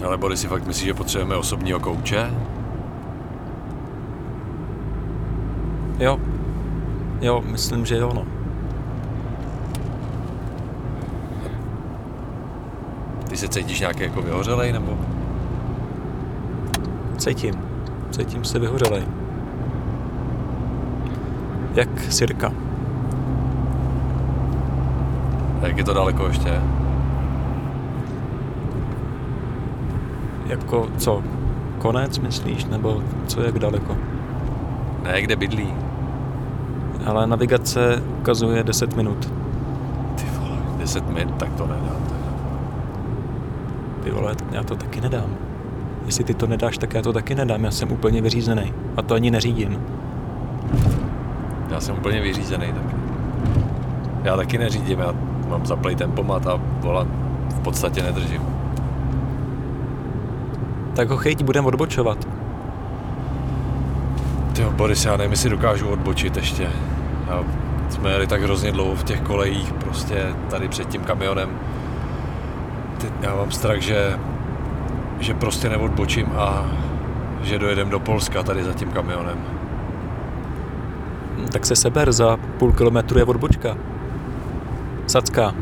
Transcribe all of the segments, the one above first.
Ale Boris, si fakt myslíš, že potřebujeme osobního kouče? Jo, myslím, že jo, no. Ty se cítíš nějaký jako vyhořelej, nebo? Cítím se vyhořelej. Jak sirka. A jak je to daleko ještě? Jako co? Konec, myslíš? Nebo co, jak daleko? Ne, kde bydlí? Ale navigace ukazuje 10 minut. Ty vole, 10 minut, tak to nedám. Ty vole, já to taky nedám. Jestli ty to nedáš, tak já to taky nedám. Já jsem úplně vyřízený. A to ani neřídím. Já jsem úplně vyřízený taky. Já taky neřídím, já mám zaplej tempomat a volant v podstatě nedržím. Tak ho chyť, budem odbočovat. Tyjo, Boris, já nevím, jestli dokážu odbočit ještě. Jsme jeli tak hrozně dlouho v těch kolejích, prostě tady před tím kamionem. Já mám strach, že prostě neodbočím a že dojedem do Polska tady za tím kamionem. Tak se seber, za půl kilometru je odbočka. Sacka.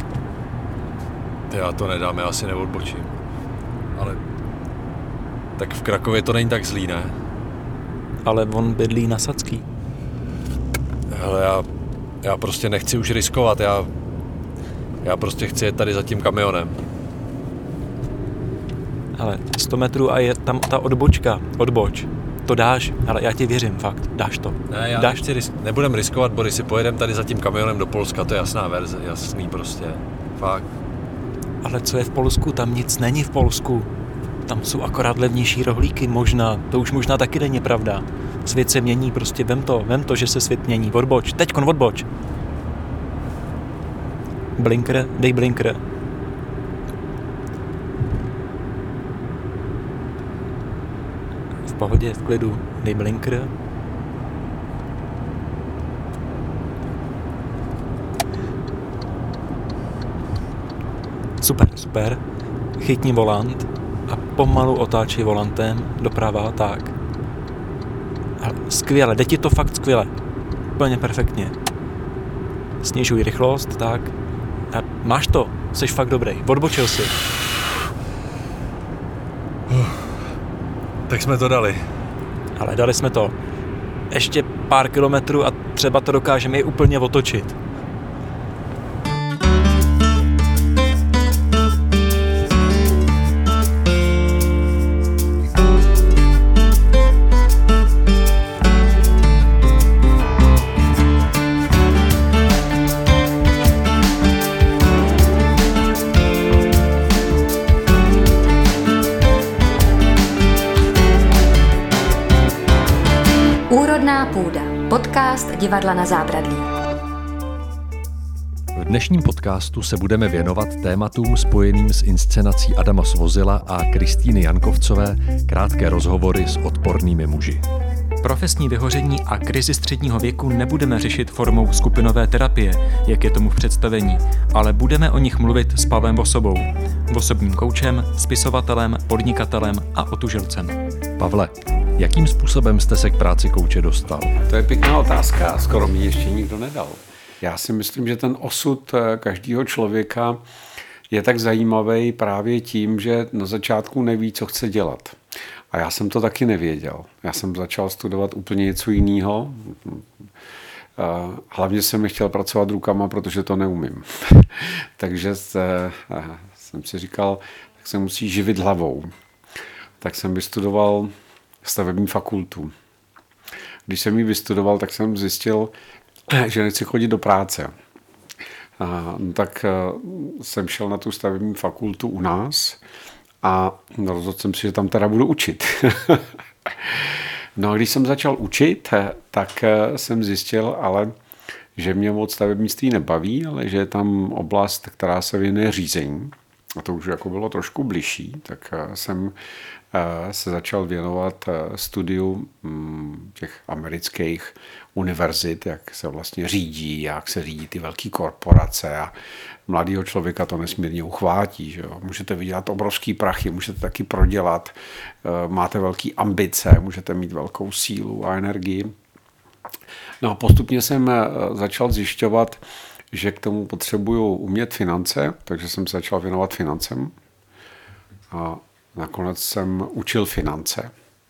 Já to nedám, já asi neodbočím. Ale tak v Krakově to není tak zlý, ne? Ale on bydlí na Sacký. Hele, já prostě nechci už riskovat, já prostě chci jet tady za tím kamionem. Ale 100 metrů a je tam ta odboč. To dáš, ale já ti věřím, fakt, dáš to. Ne, já nebudem riskovat, Boris, si pojedem tady za tím kamionem do Polska, to je jasná verze, jasný prostě, fakt. Ale co je v Polsku? Tam nic není v Polsku. Tam jsou akorát levnější rohlíky, možná, to už možná taky není pravda. Svět se mění, prostě vem to, že se svět mění, odboč, teďkon odboč. Blinker, dej blinker. V pohodě, v klidu, dej blinker. Super. Chytni volant a pomalu otáčí volantem doprava, tak. Ale skvěle, jde ti to fakt skvěle. Úplně perfektně. Snižuj rychlost, tak. A máš to, jsi fakt dobrý. Odbočil si. Tak jsme to dali. Ale dali jsme to. Ještě pár kilometrů a třeba to dokážeme i úplně otočit. Úrodná půda. Podcast Divadla Na zábradlí. V dnešním podcastu se budeme věnovat tématům spojeným s inscenací Adama Svozila a Kristýny Jankovcové Krátké rozhovory s odpornými muži. Profesní vyhoření a krizi středního věku nebudeme řešit formou skupinové terapie, jak je tomu v představení, ale budeme o nich mluvit s Pavlem Vosobou, osobním koučem, spisovatelem, podnikatelem a otužilcem. Pavle, jakým způsobem jste se k práci kouče dostal? To je pěkná otázka, skoro mi ještě nikdo nedal. Já si myslím, že ten osud každého člověka je tak zajímavý právě tím, že na začátku neví, co chce dělat. A já jsem to taky nevěděl. Já jsem začal studovat úplně něco jiného. Hlavně jsem nechtěl pracovat rukama, protože to neumím. Takže jsem si říkal, tak se musí živit hlavou. Tak jsem vystudoval stavební fakultu. Když jsem ji vystudoval, tak jsem zjistil, že nechci chodit do práce. Tak jsem šel na tu stavební fakultu u nás a rozhodl jsem si, že tam teda budu učit. No a když jsem začal učit, tak jsem zjistil, ale že mě moc stavebnictví nebaví, ale že je tam oblast, která se věnuje řízení. a to už jako bylo trošku bližší, tak jsem se začal věnovat studiu těch amerických univerzit, jak se vlastně řídí, jak se řídí ty velké korporace a mladýho člověka to nesmírně uchvátí. Že jo? Můžete vydělat obrovský prachy, můžete taky prodělat, máte velké ambice, můžete mít velkou sílu a energii. No a postupně jsem začal zjišťovat, že k tomu potřebuju umět finance, takže jsem se začal věnovat financem a nakonec jsem učil finance.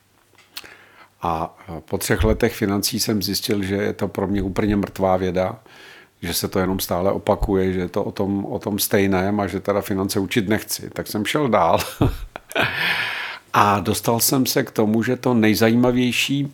A po 3 letech financí jsem zjistil, že je to pro mě úplně mrtvá věda, že se to jenom stále opakuje, že je to o tom stejném a že teda finance učit nechci. Tak jsem šel dál a dostal jsem se k tomu, že to nejzajímavější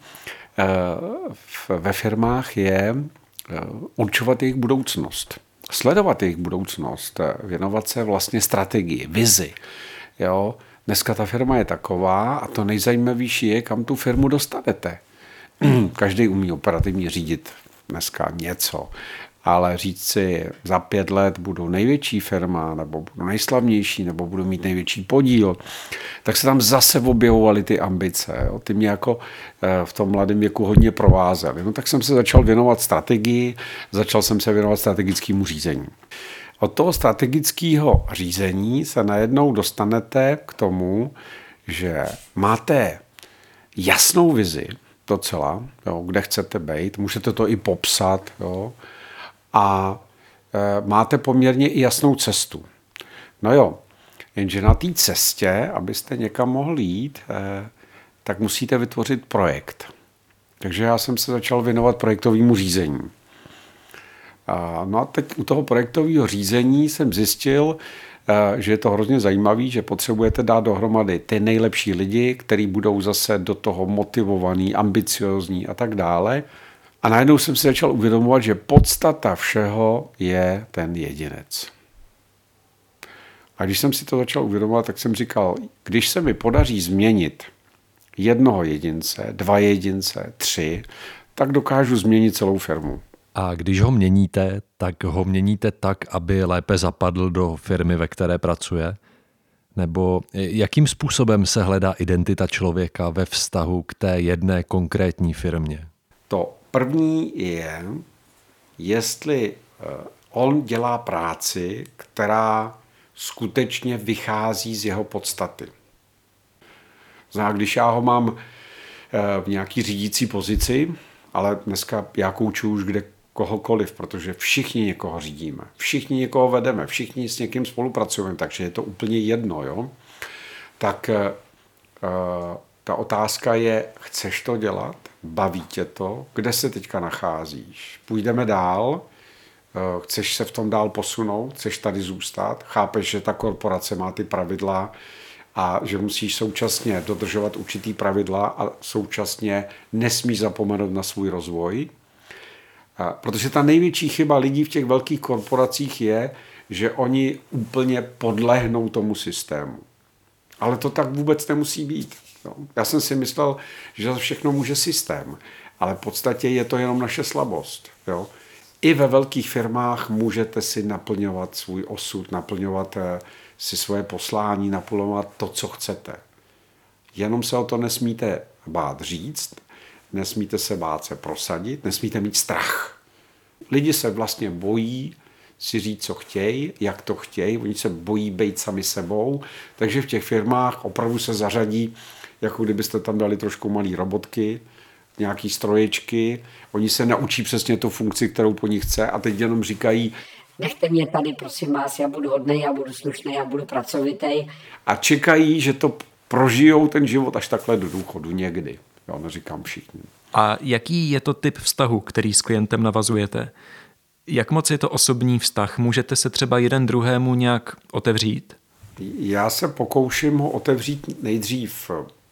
ve firmách je určovat jejich budoucnost. Sledovat jejich budoucnost, věnovat se vlastně strategii, vizi. Jo? Dneska ta firma je taková a to nejzajímavější je, kam tu firmu dostanete. Každý umí operativně řídit dneska něco, ale říct si, za 5 let budu největší firma, nebo budu nejslavnější, nebo budu mít největší podíl, tak se tam zase objevovaly ty ambice. Jo. Ty mě jako v tom mladém věku hodně provázely. No tak jsem se začal věnovat strategii, začal jsem se věnovat strategickému řízení. Od toho strategického řízení se najednou dostanete k tomu, že máte jasnou vizi docela, jo, kde chcete být, můžete to i popsat, jo, a máte poměrně i jasnou cestu. No jo, jenže na té cestě, abyste někam mohli jít, tak musíte vytvořit projekt. Takže já jsem se začal věnovat projektovému řízení. No a teď u toho projektového řízení jsem zjistil, že je to hrozně zajímavý, že potřebujete dát dohromady ty nejlepší lidi, kteří budou zase do toho motivovaní, ambiciozní a tak dále. A najednou jsem si začal uvědomovat, že podstata všeho je ten jedinec. A když jsem si to začal uvědomovat, tak jsem říkal, když se mi podaří změnit jednoho jedince, 2 jedince, 3, tak dokážu změnit celou firmu. A když ho měníte, tak ho měníte tak, aby lépe zapadl do firmy, ve které pracuje? Nebo jakým způsobem se hledá identita člověka ve vztahu k té jedné konkrétní firmě? To první je, jestli on dělá práci, která skutečně vychází z jeho podstaty. Znamená, když já ho mám v nějaký řídící pozici, ale dneska já koučuju už kde kohokoliv, protože všichni někoho řídíme, všichni někoho vedeme, všichni s někým spolupracujeme, takže je to úplně jedno, jo? Tak ta otázka je, chceš to dělat? Baví tě to? Kde se teďka nacházíš? Půjdeme dál? Chceš se v tom dál posunout? Chceš tady zůstat? Chápeš, že ta korporace má ty pravidla a že musíš současně dodržovat určitý pravidla a současně nesmíš zapomenout na svůj rozvoj? Protože ta největší chyba lidí v těch velkých korporacích je, že oni úplně podlehnou tomu systému. Ale to tak vůbec nemusí být. Jo. Já jsem si myslel, že za všechno může systém, ale v podstatě je to jenom naše slabost. Jo. I ve velkých firmách můžete si naplňovat svůj osud, naplňovat si svoje poslání, naplňovat to, co chcete. Jenom se o to nesmíte bát říct, nesmíte se bát se prosadit, nesmíte mít strach. Lidi se vlastně bojí si říct, co chtějí, jak to chtějí, oni se bojí být sami sebou, takže v těch firmách opravdu se zařadí, jako kdybyste tam dali trošku malý robotky, nějaký stroječky, oni se naučí přesně tu funkci, kterou po nich chce a teď jenom říkají, nechte mě tady, prosím vás, já budu hodnej, já budu slušný, já budu pracovitý. A čekají, že to prožijou ten život až takhle do důchodu někdy. Já neříkám všichni. A jaký je to typ vztahu, který s klientem navazujete? Jak moc je to osobní vztah? Můžete se třeba jeden druhému nějak otevřít? Já se pokouším ho otevřít nejdřív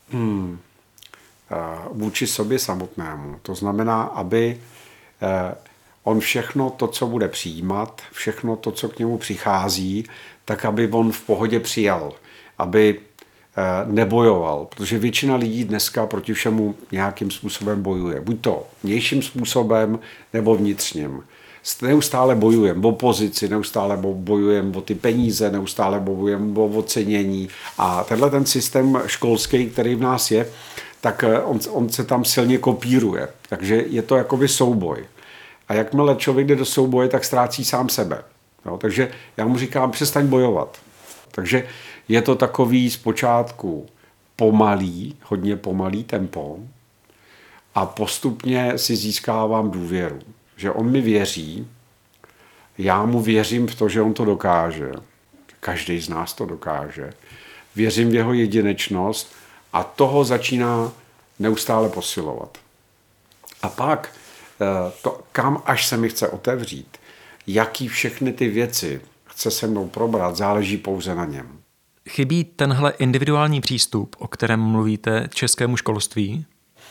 vůči sobě samotnému. To znamená, aby on všechno to, co bude přijímat, všechno to, co k němu přichází, tak aby on v pohodě přijal. Aby nebojoval, protože většina lidí dneska proti všemu nějakým způsobem bojuje. Buď to vnějším způsobem, nebo vnitřním. neustále bojujeme o pozici, neustále bojujeme o ty peníze, neustále bojujeme o ocenění. A tenhle ten systém školský, který v nás je, tak on se tam silně kopíruje. Takže je to jakoby souboj. A jakmile člověk jde do souboje, tak ztrácí sám sebe. Jo, takže já mu říkám, přestaň bojovat. Takže je to takový zpočátku pomalý, hodně pomalý tempo a postupně si získávám důvěru. Že on mi věří, já mu věřím v to, že on to dokáže. Každý z nás to dokáže. Věřím v jeho jedinečnost a toho začíná neustále posilovat. A pak to, kam až se mi chce otevřít, jaký všechny ty věci chce se mnou probrat, záleží pouze na něm. Chybí tenhle individuální přístup, o kterém mluvíte, českému školství?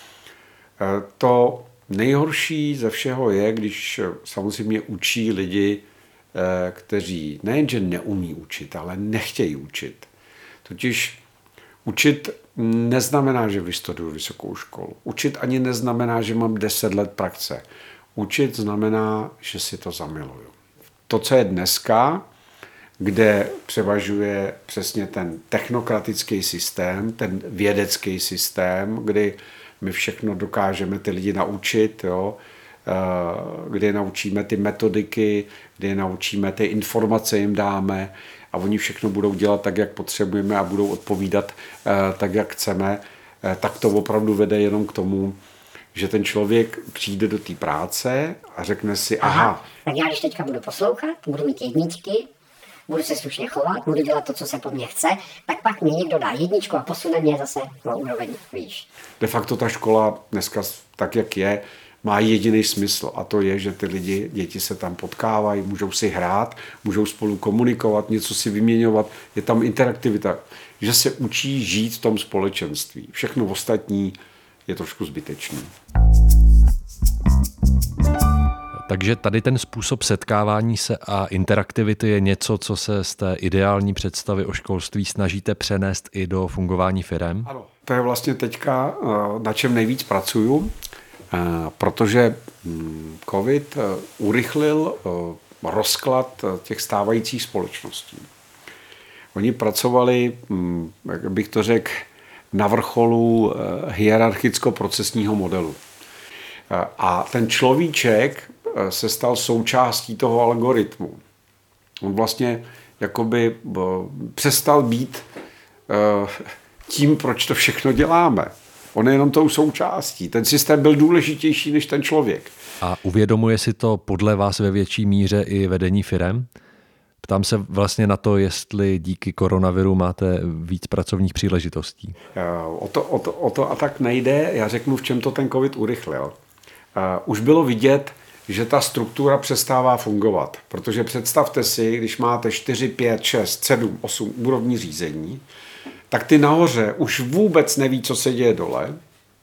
To nejhorší ze všeho je, když samozřejmě učí lidi, kteří nejenže neumí učit, ale nechtějí učit. Totiž učit neznamená, že vystuduju vysokou školu. Učit ani neznamená, že mám 10 let praxe. Učit znamená, že si to zamiluju. To, co je dneska, kde převažuje přesně ten technokratický systém, ten vědecký systém, kdy my všechno dokážeme ty lidi naučit, jo? Kdy je naučíme ty metodiky, kdy je naučíme ty informace, jim dáme a oni všechno budou dělat tak, jak potřebujeme a budou odpovídat tak, jak chceme, tak to opravdu vede jenom k tomu, že ten člověk přijde do té práce a řekne si, aha. Tak já když teďka budu poslouchat, budu mít jedničky, budu se slušně chovat, budu dělat to, co se po mně chce, tak pak mi někdo dá jedničku a posune mě zase na úroveň výš. De facto ta škola dneska tak, jak je, má jediný smysl a to je, že ty děti se tam potkávají, můžou si hrát, můžou spolu komunikovat, něco si vyměňovat, je tam interaktivita, že se učí žít v tom společenství. Všechno ostatní je trošku zbytečný. Takže tady ten způsob setkávání se a interaktivity je něco, co se z té ideální představy o školství snažíte přenést i do fungování firem? Ano, to je vlastně teďka, na čem nejvíc pracuju, protože COVID urychlil rozklad těch stávajících společností. Oni pracovali, jak bych to řekl, na vrcholu hierarchicko-procesního modelu. A ten človíček se stal součástí toho algoritmu. On vlastně jakoby přestal být tím, proč to všechno děláme. On je jenom tou součástí. Ten systém byl důležitější než ten člověk. A uvědomuje si to podle vás ve větší míře i vedení firem? Ptám se vlastně na to, jestli díky koronaviru máte víc pracovních příležitostí. O to a tak nejde. Já řeknu, v čem to ten COVID urychlil. Už bylo vidět, že ta struktura přestává fungovat. Protože představte si, když máte 4, 5, 6, 7, 8 úrovní řízení, tak ty nahoře už vůbec neví, co se děje dole,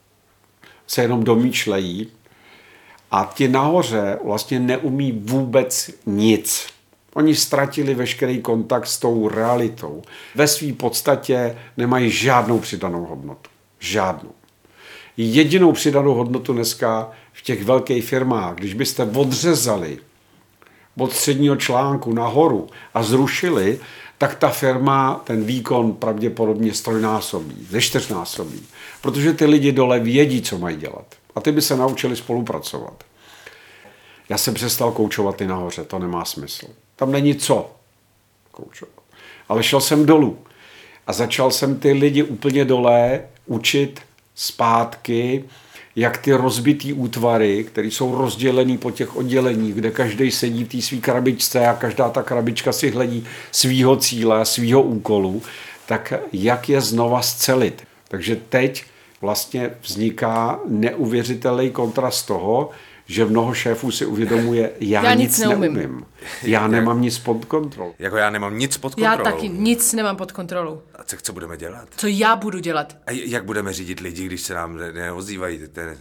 se jenom domýšlejí a ti nahoře vlastně neumí vůbec nic. Oni ztratili veškerý kontakt s tou realitou. Ve své podstatě nemají žádnou přidanou hodnotu. Žádnou. Jedinou přidanou hodnotu dneska v těch velkých firmách, když byste odřezali od středního článku nahoru a zrušili, tak ta firma ten výkon pravděpodobně strojnásobí, čtyřnásobí. Protože ty lidi dole vědí, co mají dělat. A ty by se naučili spolupracovat. Já jsem přestal koučovat ty nahoře, to nemá smysl. Tam není co koučovat. Ale šel jsem dolů a začal jsem ty lidi úplně dole učit zpátky, jak ty rozbitý útvary, které jsou rozdělený po těch odděleních, kde každý sedí v té svý krabičce a každá ta krabička si hledí svýho cíle, svýho úkolu, tak jak je znova scelit. Takže teď vlastně vzniká neuvěřitelný kontrast toho, že mnoho šéfů si uvědomuje, já nic neumím. Já nemám nic pod kontrolou. Jako já nemám nic pod kontrolou. Já taky nic nemám pod kontrolou. A co budeme dělat? Co já budu dělat? A jak budeme řídit lidi, když se nám neozývají?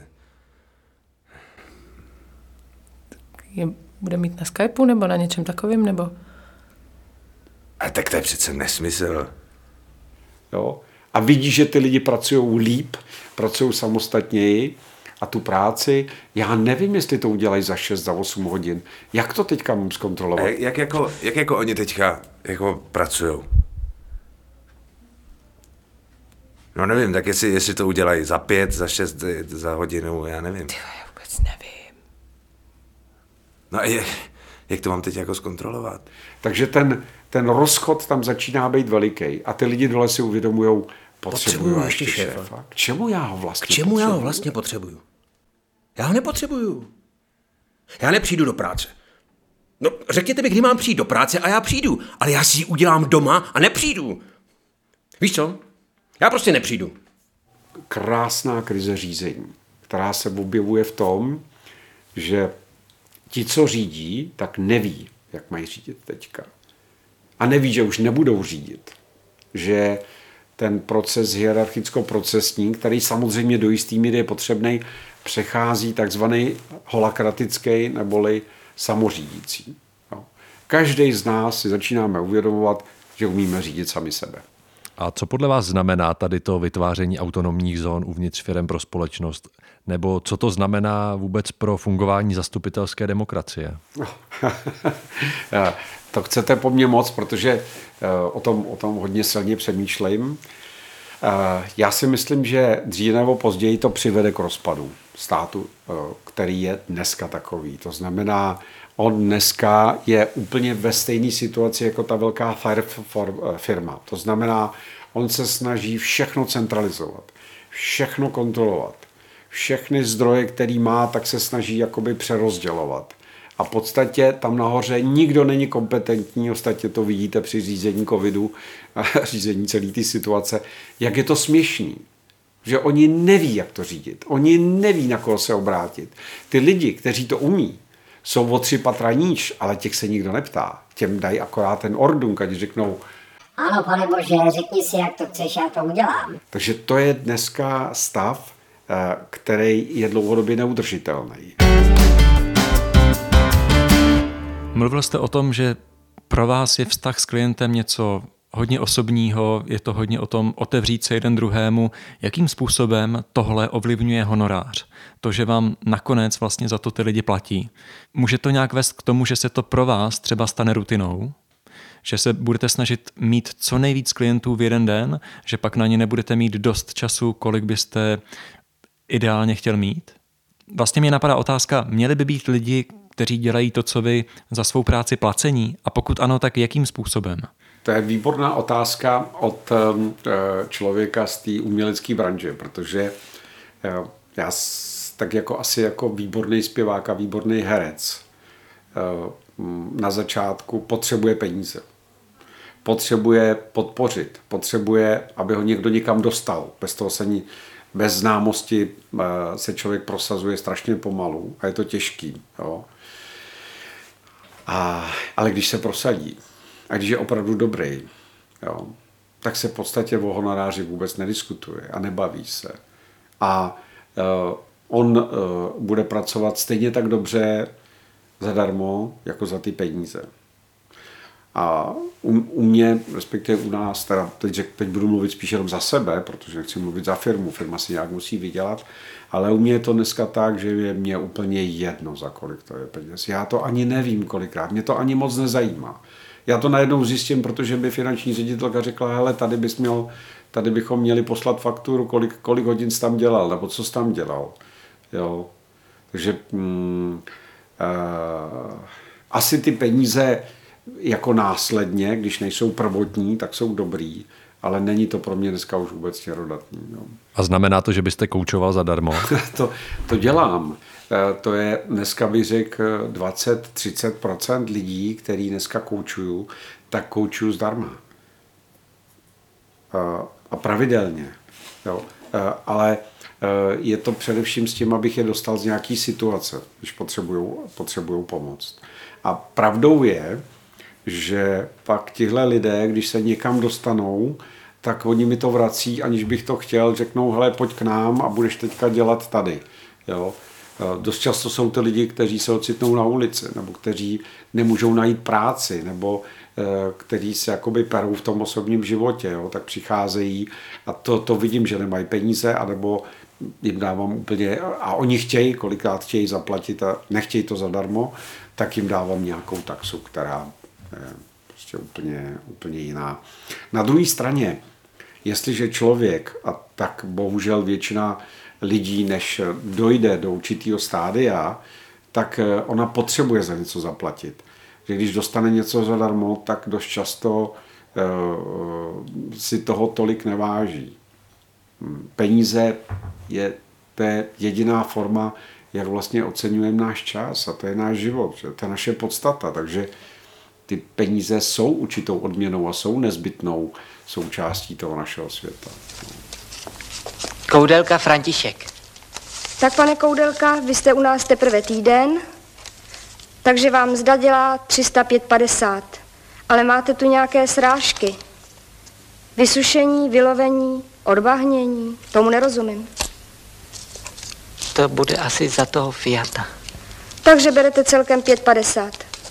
Je bude mít na Skypeu nebo na něčem takovým, nebo? A tak to je přece nesmysl. Jo? A vidí, že ty lidi pracují líp, pracují samostatněji A tu práci, já nevím, jestli to udělají za 6, za 8 hodin. Jak to teďka mám zkontrolovat? Jak jako oni teďka jako pracujou? No nevím, tak jestli to udělají za 5, za 6, za hodinu, já nevím. Tyjo, já vůbec nevím. No a jak to mám teď jako zkontrolovat? Takže ten rozchod tam začíná být veliký a ty lidi dole si uvědomujou, potřebuju ještě šéfa. K čemu já ho vlastně potřebuju? Já ho nepotřebuju. Já nepřijdu do práce. No, řekněte mi, kdy mám přijít do práce a já přijdu, ale já si ji udělám doma a nepřijdu. Víš co? Já prostě nepřijdu. Krásná krize řízení, která se objevuje v tom, že ti, co řídí, tak neví, jak mají řídit teďka. A neví, že už nebudou řídit. Že ten proces hierarchicko-procesní, který samozřejmě do jistý míry je potřebný, přechází takzvaný holakratický neboli samořídící. Každý z nás si začínáme uvědomovat, že umíme řídit sami sebe. A co podle vás znamená tady to vytváření autonomních zón uvnitř firem pro společnost? Nebo co to znamená vůbec pro fungování zastupitelské demokracie? To chcete po mně moc, protože o tom hodně silně přemýšlím. Já si myslím, že dříve nebo později to přivede k rozpadu státu, který je dneska takový. To znamená, on dneska je úplně ve stejné situaci jako ta velká firma. To znamená, on se snaží všechno centralizovat, všechno kontrolovat. Všechny zdroje, který má, tak se snaží jakoby přerozdělovat. A v podstatě tam nahoře nikdo není kompetentní, ostatně to vidíte při řízení covidu a řízení celé té situace, jak je to směšný. Že oni neví, jak to řídit. Oni neví, na koho se obrátit. Ty lidi, kteří to umí, jsou o 3 patra níž, ale těch se nikdo neptá. Těm dají akorát ten ordunk, ať řeknou, ano, pane Bože, řekni si, jak to chceš, já to udělám. Takže to je dneska stav, který je dlouhodobě neudržitelný. Mluvil jste o tom, že pro vás je vztah s klientem něco hodně osobního, je to hodně o tom otevřít se jeden druhému. Jakým způsobem tohle ovlivňuje honorář? To, že vám nakonec vlastně za to ty lidi platí. Může to nějak vést k tomu, že se to pro vás třeba stane rutinou? Že se budete snažit mít co nejvíc klientů v jeden den, že pak na ně nebudete mít dost času, kolik byste ideálně chtěl mít? Vlastně mě napadá otázka, měli by být lidi, kteří dělají to, co vy, za svou práci placení? A pokud ano, tak jakým způsobem? To je výborná otázka od člověka z té umělecké branže, protože já tak jako asi jako výborný zpěvák a výborný herec na začátku potřebuje peníze. Potřebuje podpořit, potřebuje, aby ho někdo někam dostal. Bez známosti se člověk prosazuje strašně pomalu a je to těžký. Jo. Ale když se prosadí a když je opravdu dobrý, jo, tak se v podstatě o honoráři vůbec nediskutuje a nebaví se. A on bude pracovat stejně tak dobře zadarmo, jako za ty peníze. A u mě, respektive u nás, teda teď budu mluvit spíš jenom za sebe, protože nechci mluvit za firmu, firma si nějak musí vydělat, ale u mě je to dneska tak, že je mě úplně jedno, za kolik to je peněz. Já to ani nevím kolikrát, mě to ani moc nezajímá. Já to najednou zjistím, protože by finanční ředitelka řekla, hele, tady bychom měli poslat fakturu, kolik hodin jsi tam dělal, nebo co jsi tam dělal. Jo. Takže asi ty peníze jako následně, když nejsou prvotní, tak jsou dobrý, ale není to pro mě dneska už vůbec stěrodatný. No. A znamená to, že byste koučoval zadarmo? To dělám. To je dneska bych řekl 20-30% lidí, který dneska koučuju, tak koučuju zdarma. A pravidelně. Jo. Ale je to především s tím, abych je dostal z nějaký situace, když potřebujou pomoc. A pravdou je, že pak tihle lidé, když se někam dostanou, tak oni mi to vrací, aniž bych to chtěl, řeknou, hele, pojď k nám a budeš teďka dělat tady. Jo. Dost často jsou to lidi, kteří se ocitnou na ulici, nebo kteří nemůžou najít práci, nebo kteří se jakoby perou v tom osobním životě, jo, tak přicházejí a to vidím, že nemají peníze, anebo jim dávám úplně, a oni chtějí, kolikrát chtějí zaplatit a nechtějí to zadarmo, tak jim dávám nějakou taxu, která je prostě úplně jiná. Na druhé straně, jestliže člověk, a tak bohužel většina lidí, než dojde do určitého stádia, tak ona potřebuje za něco zaplatit. Že když dostane něco zadarmo, tak dost často si toho tolik neváží. Peníze to je jediná forma, jak vlastně oceňujeme náš čas, a to je náš život, že? To je naše podstata, takže ty peníze jsou určitou odměnou a jsou nezbytnou součástí toho našeho světa. Koudelka František. Tak, pane Koudelka, vy jste u nás teprve týden, takže vám mzda dělá 305,50. Ale máte tu nějaké srážky. Vysušení, vylovení, odbahnění, tomu nerozumím. To bude asi za toho Fiata. Takže berete celkem 5,50.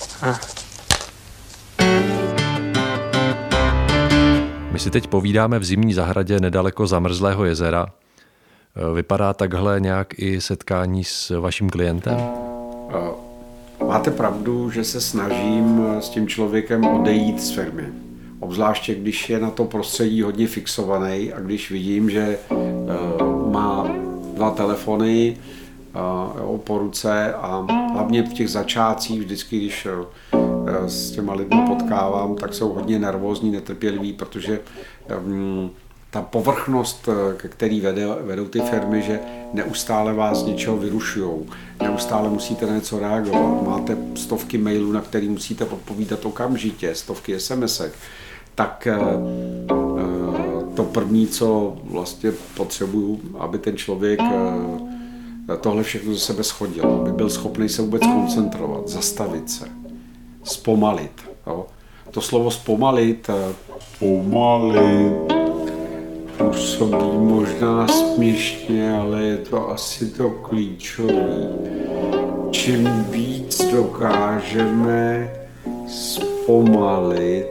My si teď povídáme v zimní zahradě nedaleko Zamrzlého jezera. Vypadá takhle nějak i setkání s vaším klientem? Máte pravdu, že se snažím s tím člověkem odejít z firmy. Obzvláště, když je na to prostředí hodně fixovaný a když vidím, že má 2 telefony po ruce a hlavně v těch začátcích, vždycky, když s těma lidmi potkávám, tak jsou hodně nervózní, netrpěliví, protože ta povrchnost, ke který vedou ty firmy, že neustále vás z něčeho vyrušujou, neustále musíte na něco reagovat, máte stovky mailů, na který musíte odpovídat okamžitě, stovky SMSek, tak to první, co vlastně potřebuju, aby ten člověk tohle všechno ze sebe shodil, aby byl schopný se vůbec koncentrovat, zastavit se, zpomalit. Jo? To slovo zpomalit, působí možná směšně, ale je to asi to klíčové. Čím víc dokážeme zpomalit,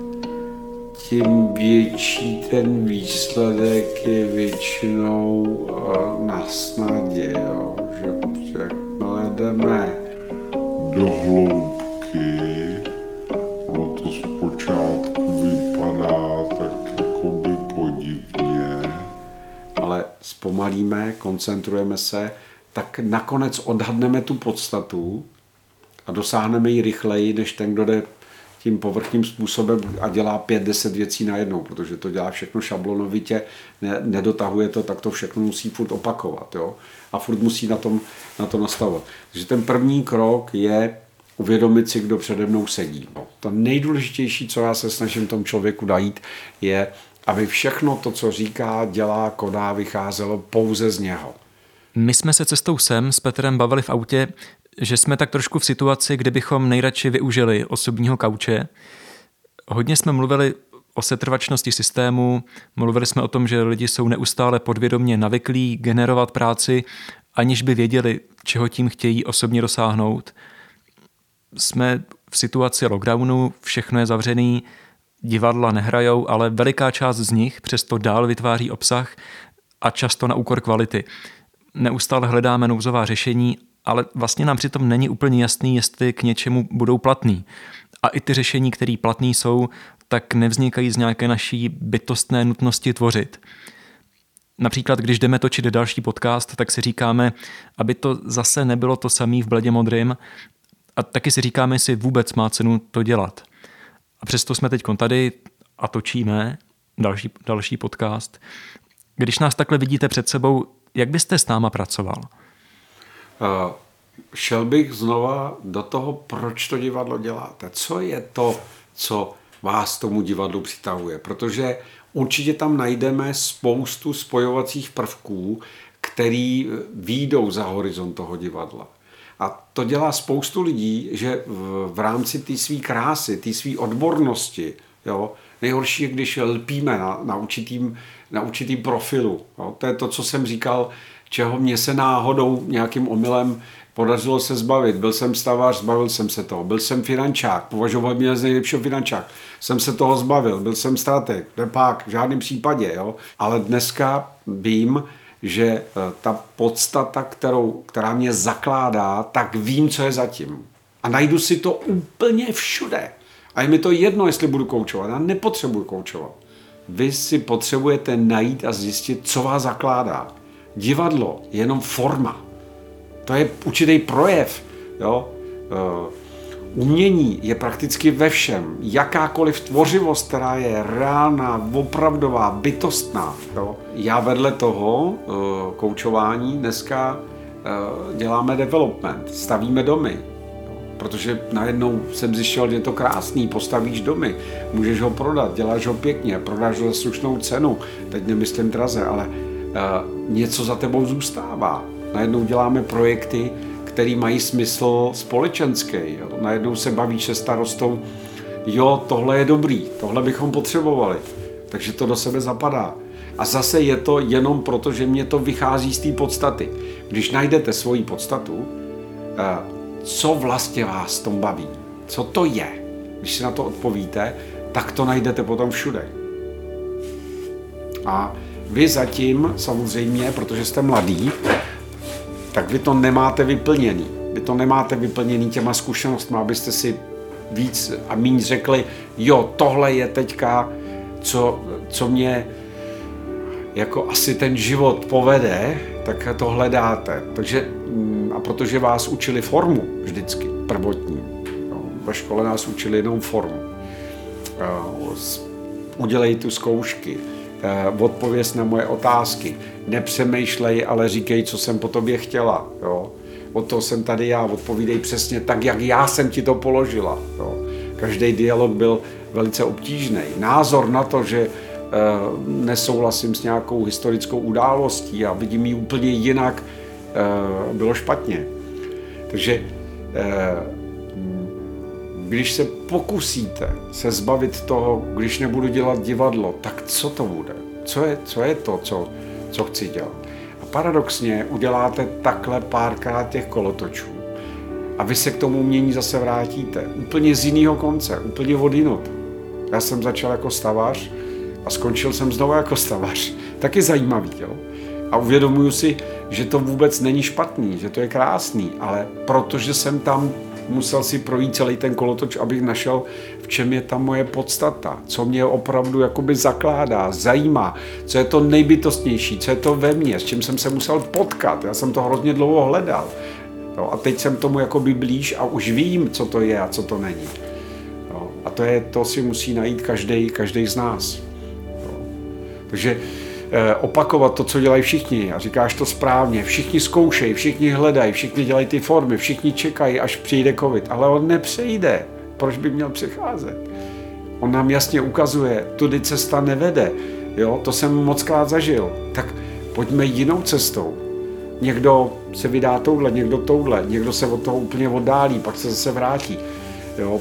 tím větší ten výsledek je většinou na snadě, jo? Že jakmile jdeme do hloubky, ono to zpočátku vypadá tak jakoby podivně, ale zpomalíme, koncentrujeme se, tak nakonec odhadneme tu podstatu a dosáhneme ji rychleji, než ten, kdo jde tím povrchním způsobem a dělá 5-10 věcí najednou, protože to dělá všechno šablonovitě, nedotahuje to, tak to všechno musí furt opakovat, jo? A furt musí na to nastavovat. Takže ten první krok je uvědomit si, kdo přede mnou sedí. To nejdůležitější, co já se snažím tomu člověku dát, je, aby všechno to, co říká, dělá, koná, vycházelo pouze z něho. My jsme se cestou sem s Petrem bavili v autě, že jsme tak trošku v situaci, kde bychom nejradši využili osobního kauče. Hodně jsme mluvili o setrvačnosti systému, mluvili jsme o tom, že lidi jsou neustále podvědomě navyklí generovat práci, aniž by věděli, čeho tím chtějí osobně dosáhnout. Jsme v situaci lockdownu, všechno je zavřený, divadla nehrajou, ale veliká část z nich přesto dál vytváří obsah a často na úkor kvality. Neustále hledáme nouzová řešení, ale vlastně nám přitom není úplně jasný, jestli k něčemu budou platný. A i ty řešení, které platný jsou, tak nevznikají z nějaké naší bytostné nutnosti tvořit. Například, když jdeme točit další podcast, tak si říkáme, aby to zase nebylo to samé v bledě modrým, a taky si říkáme, jestli vůbec má cenu to dělat. A přesto jsme teď tady a točíme další podcast. Když nás takhle vidíte před sebou, jak byste s náma pracoval? Šel bych znova do toho, proč to divadlo děláte. Co je to, co vás tomu divadlu přitahuje? Protože určitě tam najdeme spoustu spojovacích prvků, který výjdou za horizont toho divadla. A to dělá spoustu lidí, že v rámci té své krásy, té své odbornosti, jo, nejhorší je, když lpíme na určitým profilu. Jo. To je to, co jsem říkal, čeho mě se náhodou nějakým omylem podařilo se zbavit. Byl jsem stavař, zbavil jsem se toho. Byl jsem finančák, považoval mě za nejlepšího finančák. Jsem se toho zbavil. Byl jsem strateg, nepák, v žádném případě. Jo. Ale dneska vím, že ta podstata, která mě zakládá, tak vím, co je zatím. A najdu si to úplně všude. A je mi to jedno, jestli budu koučovat. Já nepotřebuji koučovat. Vy si potřebujete najít a zjistit, co vás zakládá. Divadlo je jenom forma. To je určitý projev. Jo? Umění je prakticky ve všem. Jakákoliv tvořivost, která je reálná, opravdová, bytostná. Jo? Já vedle toho koučování dneska děláme development, stavíme domy. Protože najednou jsem zjištěl, že je to krásný, postavíš domy, můžeš ho prodat, děláš ho pěkně, prodáš ho za slušnou cenu, teď nemyslím draze, ale něco za tebou zůstává. Najednou děláme projekty, které mají smysl společenský. Jo. Najednou se bavíš se starostou, jo, tohle je dobrý, tohle bychom potřebovali, takže to do sebe zapadá. A zase je to jenom proto, že mě to vychází z té podstaty. Když najdete svoji podstatu, co vlastně vás tom baví, co to je, když si na to odpovíte, tak to najdete potom všude. A vy zatím, samozřejmě, protože jste mladý, tak vy to nemáte vyplněný. Vy to nemáte vyplněný těma zkušenostmi, abyste si víc a míň řekli, jo, tohle je teďka, co mě jako asi ten život povede, tak to hledáte. Takže, a protože vás učili formu vždycky, prvotní. Jo, ve škole nás učili jenom formu. Udělej tu zkoušky, odpověz na moje otázky, nepřemýšlej, ale říkej, co jsem po tobě chtěla. Jo. Od toho jsem tady já, odpovídej přesně tak, jak já jsem ti to položila. Jo. Každý dialog byl velice obtížný. Názor na to, že nesouhlasím s nějakou historickou událostí a vidím ji úplně jinak, bylo špatně. Takže když se pokusíte se zbavit toho, když nebudu dělat divadlo, tak co to bude? Co je to, co chci dělat? A paradoxně uděláte takhle párkrát těch kolotočů a vy se k tomu umění zase vrátíte. Úplně z jiného konce, úplně odinut. Já jsem začal jako stavař a skončil jsem znovu jako stavař. Taky zajímavý, jo? A uvědomuju si, že to vůbec není špatný, že to je krásný, ale protože jsem tam musel si projít celý ten kolotoč, abych našel, v čem je ta moje podstata, co mě opravdu jakoby zakládá, zajímá, co je to nejbytostnější, co je to ve mně, s čím jsem se musel potkat. Já jsem to hrozně dlouho hledal. Jo, a teď jsem tomu jakoby blíž a už vím, co to je a co to není. Jo, a to si musí najít každý z nás. Jo. Takže opakovat to, co dělají všichni a říkáš to správně, všichni zkoušejí, všichni hledají, všichni dělají ty formy, všichni čekají, až přijde covid, ale on nepřejde. Proč by měl přicházet? On nám jasně ukazuje, tudy cesta nevede, jo, to jsem mockrát zažil, tak pojďme jinou cestou. Někdo se vydá touhle, někdo se od toho úplně oddálí, pak se zase vrátí, jo.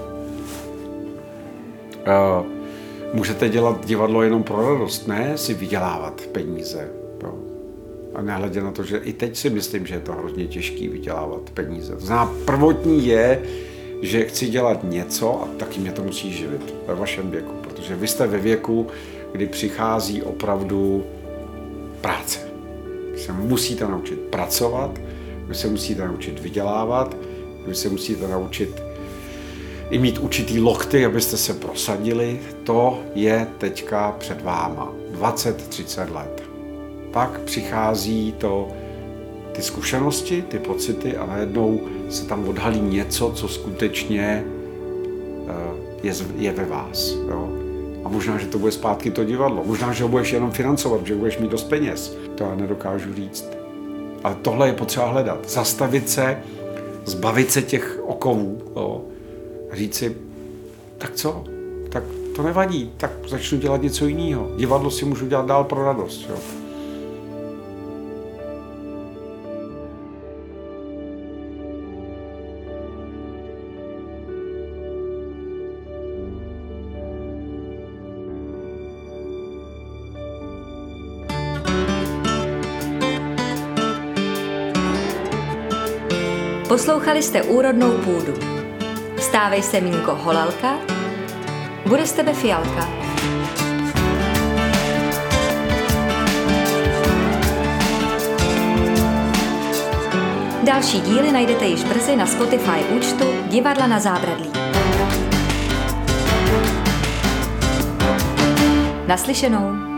Můžete dělat divadlo jenom pro radost, ne si vydělávat peníze. Jo. A nehledě na to, že i teď si myslím, že je to hrozně těžký vydělávat peníze. To znamená, prvotní je, že chci dělat něco a taky mě to musí živit ve vašem věku, protože vy jste ve věku, kdy přichází opravdu práce. Vy se musíte naučit pracovat, vy se musíte naučit vydělávat, vy se musíte naučit i mít určitý lokty, abyste se prosadili, to je teďka před váma. 20-30 let. Pak přichází ty zkušenosti, ty pocity a najednou se tam odhalí něco, co skutečně je ve vás. Jo? A možná, že to bude zpátky to divadlo. Možná, že ho budeš jenom financovat, že budeš mít dost peněz. To já nedokážu říct. Ale tohle je potřeba hledat. Zastavit se, zbavit se těch okovů, jo? A říct si, tak co? Tak to nevadí, tak začnu dělat něco jiného. Divadlo si můžu dělat dál pro radost. Jo? Poslouchali jste Úrodnou půdu. Stávej se mínko Holalka, bude z tebe fialka. Další díly najdete již brzy na Spotify účtu Divadla na zábradlí. Naslyšenou.